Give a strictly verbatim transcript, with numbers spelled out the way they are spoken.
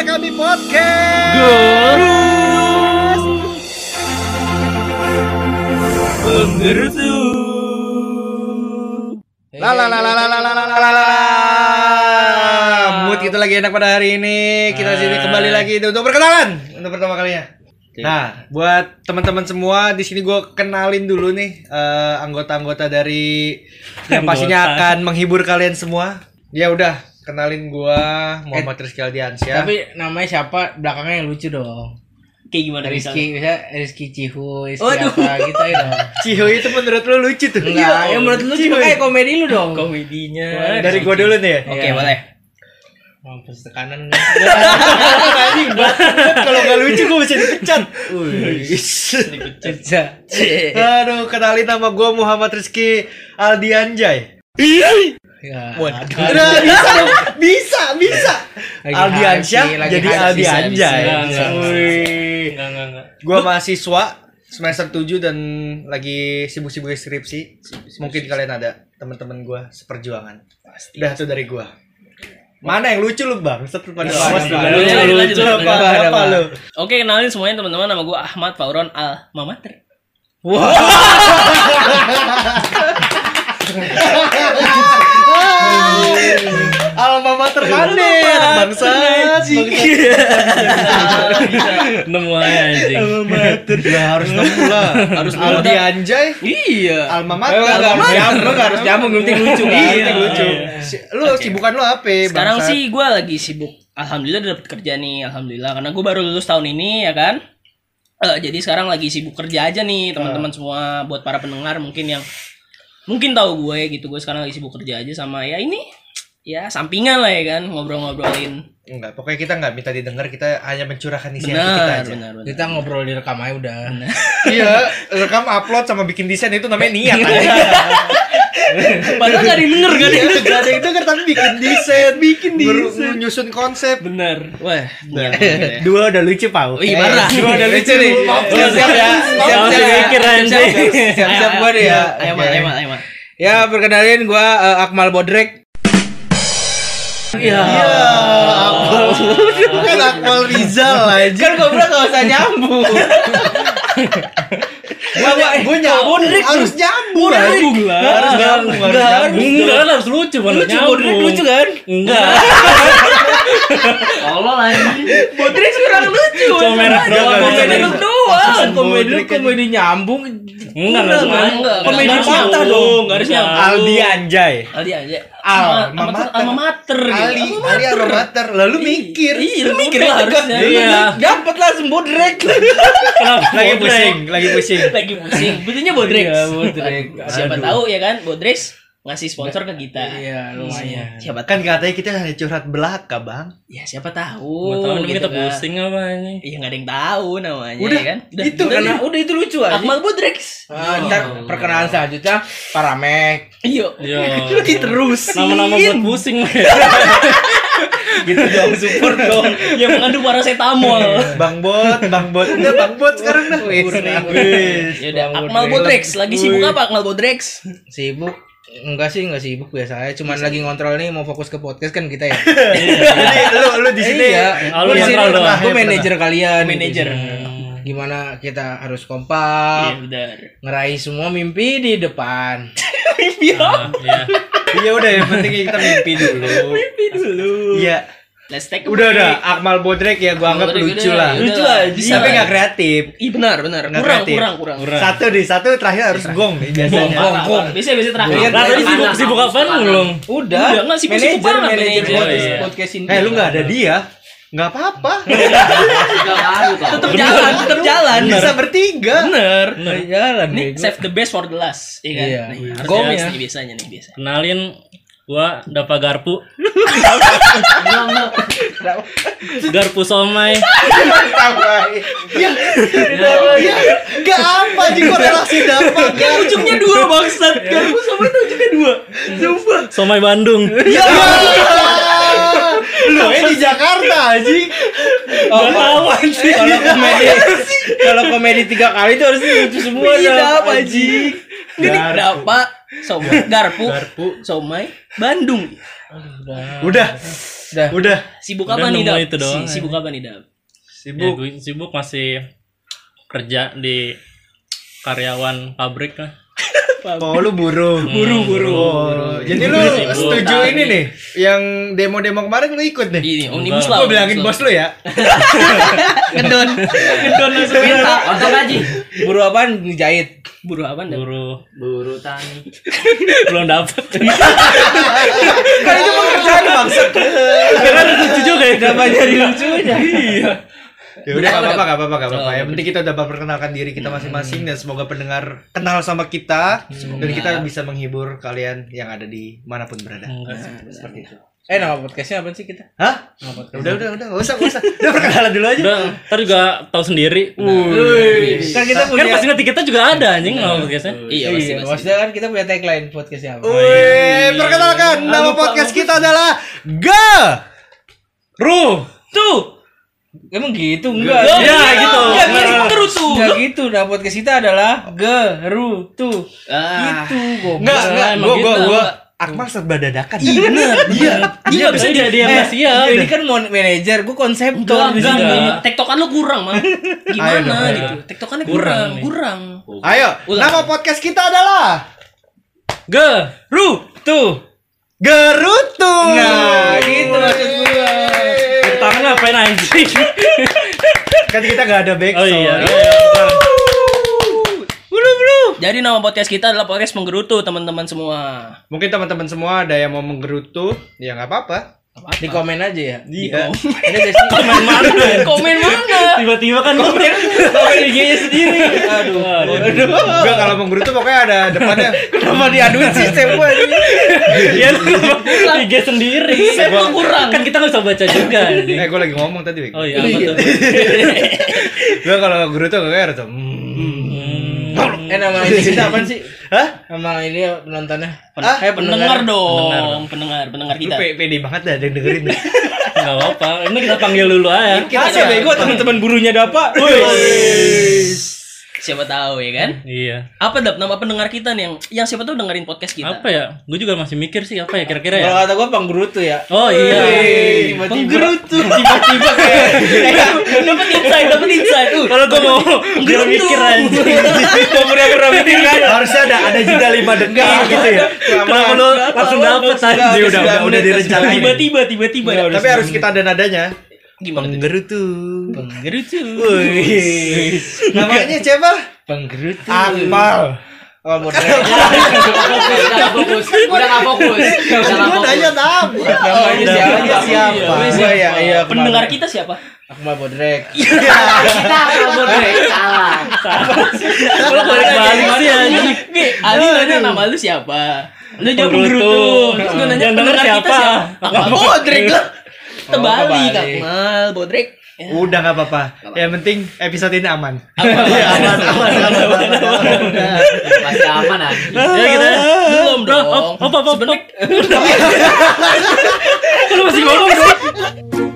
kepada kami podcast Gurus Penggerutu. La la la la la la la la la la. Mood kita lagi enak pada hari ini. Kita sini kembali lagi untuk perkenalan untuk pertama kalinya. Nah, buat teman-teman semua di sini gue kenalin dulu nih uh, anggota-anggota dari yang pastinya akan menghibur kalian semua. Ya udah, kenalin gue Muhammad Rizky Aldiansyah. Tapi namanya siapa? Belakangnya yang lucu dong. Kayak gimana Rizky, bisa Rizky Cihuy, Rizky Waduh. apa gitu ya dong. Cihuy itu menurut lo lucu tuh? Enggak, yang menurut lu cuma kayak komedi lu dong. Komedinya. Dari gue dulu nih ya. Oke, Iya. boleh. Mampus tekanan enggak? Anjing banget. Kalau nggak lucu gue bisa dipecat. Bisa. Aduh, kenalin nama gue Muhammad Rizky Aldiansyah. Ya. Waduh, udah bisa dong, bisa, bisa. Lagi Aldiansyah happy, lagi jadi happy, Aldiansyah. bisa, bisa, bisa. Wih. Enggak, enggak, enggak. Gua mahasiswa semester tujuh dan lagi sibuk-sibuk skripsi. Mungkin kalian ada teman-teman gua seperjuangan. Udah tuh dari gua. Mana yang lucu lu, Bang? Setelah pada awas lu. Lucu, Lucu, lucu, lucu lucu. apa apa lu? Oke, kenalin semuanya teman-teman, nama gue Ahmad Fauron Alma Mater. Alma mater mana? Bangsat. Nemu aja anjing. Alma mater. Ya harus nemu lah. Harus nemu. Aldiansyah. Iya. Alma mater. Enggak harus nyambung, enggak harus nyambung, yang penting lucu kan. Iya, Iya. lucu. Si- Lu sibukan lu apa? Sekarang bangsat? sih gue lagi sibuk. Alhamdulillah udah dapet kerja nih, alhamdulillah. Karena gue baru lulus tahun ini, ya kan. Eh, jadi sekarang lagi sibuk kerja aja nih, teman-teman semua. Buat para pendengar mungkin yang mungkin tahu gue gitu, gue sekarang lagi sibuk kerja aja sama ya ini, ya sampingan lah ya kan, ngobrol-ngobrolin. Enggak, pokoknya kita enggak minta didengar, kita hanya mencurahkan isi hati kita Benar, aja. benar, benar. Kita ngobrol di rekam aja udah. Iya, rekam upload sama bikin desain itu namanya niat aja. Padahal gak ada yang denger kan ya. Gak ada yang denger tapi bikin desain, bikin desain, nyusun konsep. Bener. Wah, Nah, niat. dua udah lucu, Pau. Ih, parah. Dua udah lucu nih. Siap siap ya. Siap Langsung siap. mikir anjing. Siap siap gua deh ya. Ayo, Mat, ayo, Mat, ayo, Mat. Ya, perkenalin gua eh, Akmal Bodrek. Iya. Iya, Akmal. Bukan Akmal Rizal aja. Kan gua bilang enggak usah nyambung. Gua gua nyambung, harus nyambung. Nyambung lah. Harus nyambung, harus nyambung. Enggak kan harus lucu kan. Lucu Bodrek lucu kan? Enggak. Tolol anjing. Bodrek kurang lucu. Cuma merah doang. Komedi lu doang. Komedi lu Bodrek kan. komedi nyambung. Enggak, enggak semua. Enggak. Komedi Enggak harus patah nyambung. dong. Enggak harus nyambung. Aldiansyah. Aldi aja. Alma Alma mater. Alma mater gitu. Ali, Ali alma mater. Lalu mikir. Iya, lu mikir lah harusnya. Iya. Dapat langsung Bodrek. Kenapa? Lagi Bodrek? pusing, lagi pusing. Lagi pusing. Betulnya Bodrex. Iya, Bodrek. Siapa Aduh. tahu ya kan, Bodrex ngasih sponsor ke kita. Iya, lumayan. Siapa tahu. Kan katanya kita hanya curhat belaka, Bang. Ya siapa tahu. Gak tau nih kita kan. pusing apa ini. Iya enggak ada yang tahu namanya Udah, ya kan. itu Karena udah itu lucu aja. Akmal Bodrex. Ah, ntar perkenalan selanjutnya Paramek. Iya. Yo. Diterusin. Nama-nama buat pusing. Gitu dong, support dong. Yang mengandung paracetamol. Bang Bot, Bang Bot. Udah Bang Bot sekarang dah. Wis, Wis. Ya udah, Bang Akmal Bodrek. Bodrex lagi sibuk apa Akmal Bodrex? Sibuk? Enggak sih, enggak sibuk biasa aja. Cuman lagi ngontrol nih mau fokus ke podcast kan kita ya. Jadi lu lu di sini Iya. Ah, lu Gua di sini ngontrol doang. Gue manajer kalian. Manajer. gitu. Gimana kita harus Iya kompak, benar. ngeraih semua mimpi di depan. Ah, iya. Iya udah, yang penting kita mimpi dulu. Mimpi dulu. Iya. Let's take a Udah break. udah, Akmal Bodrek ya gua anggap Bodrek lucu udah, lah. ya Lucu udah, aja. bisa Tapi lah. enggak kreatif. Ih benar benar. Nggak Kurang kreatif. kurang kurang. Satu di satu terakhir harus gong nih biasanya. Gong, gong. Bisa bisa terakhir. Iya, Nah, tadi sibuk sibuk apaan belum? Udah. Udah, enggak sibuk-sibuk manajer banget, manajer manajer. podcast, Iya. podcast ini. Eh lu enggak ada dia. Enggak apa-apa. Tetap jalan, tetap jalan. Bisa bertiga. Bener. Nah, jalan Nih bego. save the best for the last, iya kan? Iya. Nih, harus Gong jelas ya. nih biasanya nih biasa. Kenalin gua Dapa Garpu. Garpu somai. Ya. Ya. Enggak apa sih korelasi dapat. Ujungnya dua bangsat. Garpu sama itu ujungnya dua. Sumpah. Somai Bandung. Ya. Lu ini di Jakarta anjing. Oh, lawan sih. Kalau komedi, kalau komedi tiga kali itu harus lucu semua. Iya, dah. apa anjing? Ini dapa, somai, garpu, Garpu. somai, Bandung. Udah. Udah. Udah. Sibuk Udah apa nih, nemu Dap? itu doang, Si- Sibuk apa nih, Dap? Ya, Sibuk. gue sibuk masih kerja di karyawan pabrik lah. Oh, lu buruh. Buru, buru. Oh, jadi lu Sibuk. setuju ini nih, yang demo-demo kemarin lu ikut nih. Ini omnibus Enggak. law. Gua bilangin bos lu ya. Ngedon. Ngedon langsung minta. Untuk gaji. Buru apaan dijahit? Buru apa, Dap? Buru Buru tani. belum dapet. Kan itu pekerjaan bangsa. Karena lucu juga ya. Kenapa jadi lucunya? Iya. Ya udah enggak apa-apa, enggak apa-apa, enggak apa-apa. Yang penting kita udah memperkenalkan diri kita masing-masing dan semoga pendengar kenal sama kita dan kita bisa menghibur kalian yang ada di manapun berada. Enggak sih. Seperti itu. Eh, nama podcastnya apa sih kita? Hah? Udah, udah, udah, enggak usah, enggak usah. Udah perkenalan dulu aja. Udah, ntar juga tahu sendiri. Kan kita Kan punya pasti nanti kita juga ada anjing nama podcastnya. Iya, pasti, Iya, pasti. maksudnya kan kita punya tagline podcastnya apa? Wih, perkenalkan nama podcast kita adalah Ga. Ru, tuh. Emang gitu enggak? Ya, gitu. Ya, mirip kerutu. Enggak gitu. Nah, podcast kita adalah Gerutu. Ah. Gitu, goblok. Enggak, enggak, emang gua, gua, gitu. gua Akmal serba dadakan. Iya bener. Iya. Iya, bisa dia dia Eh, masih ya. ini kan mon- manajer, gue konseptor Enggak, di enggak, sini. enggak. Tektokan lu kurang, Mang. Ayo Gimana dong, ayo. gitu? Tektokannya Kurang kurang, nih. kurang. Ayo, Ulang. nama podcast kita adalah Gerutu. Gerutu. Nah, gitu maksud gua. Tepuk tangan ngapain anjing? Kan kita gak ada back Oh iya. Jadi nama podcast kita adalah podcast Menggerutu, teman-teman semua. Mungkin teman-teman semua ada yang mau menggerutu, ya nggak apa-apa. Di komen aja ya. Iya. Ini dari sini. Komen mana? Komen mana? Tiba-tiba kan komen Komen I G-nya sendiri. Aduh. Aduh. Enggak, kalau menggerutu pokoknya ada depannya. Kenapa diaduin sistem gua ini? Ya I G sendiri. Saya Gua- kurang. Kan kita nggak usah baca juga anjing. Eh, gue lagi ngomong tadi, Bek. Oh iya, apa tuh? Gue kalau gerutu kayak harus tuh. Hmm. Eh, nama ini kita apa sih? Hah? Nama ini penontonnya. Hah? Eh, Pendengar pendengar. dong, pendengar, pendengar Lu kita. pe- pede banget dah ada yang dengerin. Enggak apa-apa. Ini kita panggil dulu aja. Kita sih bego teman-teman burunya Dapa. Siapa tahu ya kan? Iya. Apa Dap nama pendengar kita nih yang yang siapa tahu dengerin podcast kita? Apa ya? Gue juga masih mikir sih apa ya kira-kira ya. Kalau kata gua penggerutu ya. Oh iya. Tiba-tiba Menggerutu. tiba-tiba kayak Dapat insight, dapat insight. Uh, Kalau gue mau gue mikir anjing. gua pernah pernah mikir kan. Harusnya ada ada jeda lima detik gitu ya. Kenapa lu langsung dapet Udah, anjing? udah, udah, udah direncanain. tiba-tiba, tiba-tiba. Ya, udah Tapi harus kita ada nadanya. Gimana tuh? Penggerutu. Menggerutu. Wih. Namanya siapa? Penggerutu. Akmal. Oh, bodoh. Udah gak fokus. Udah gak fokus. Udah gak Gue fokus. nanya nama. Namanya siapa? siapa? Gua ya, iya. Pendengar kita siapa? Akmal Bodrek. Kita kabur deh. Salah. Lu balik balik sih anjing. Bi, Ali nanya nama lu siapa? Lu jawab Penggerutu. Penggerutu. Terus gue nanya Yang denger pendengar kita siapa? siapa? Akmal Bodrek lah. Terbalik, kebalik. Akmal Bodrek. Ya. Udah nggak apa-apa. Yang penting episode ini aman. Iya, aman, aman, aman, aman. Masih aman anjing. Ya kita. Belum Bro, dong. apa apa apa. Sebenarnya Lu masih ngomong sih?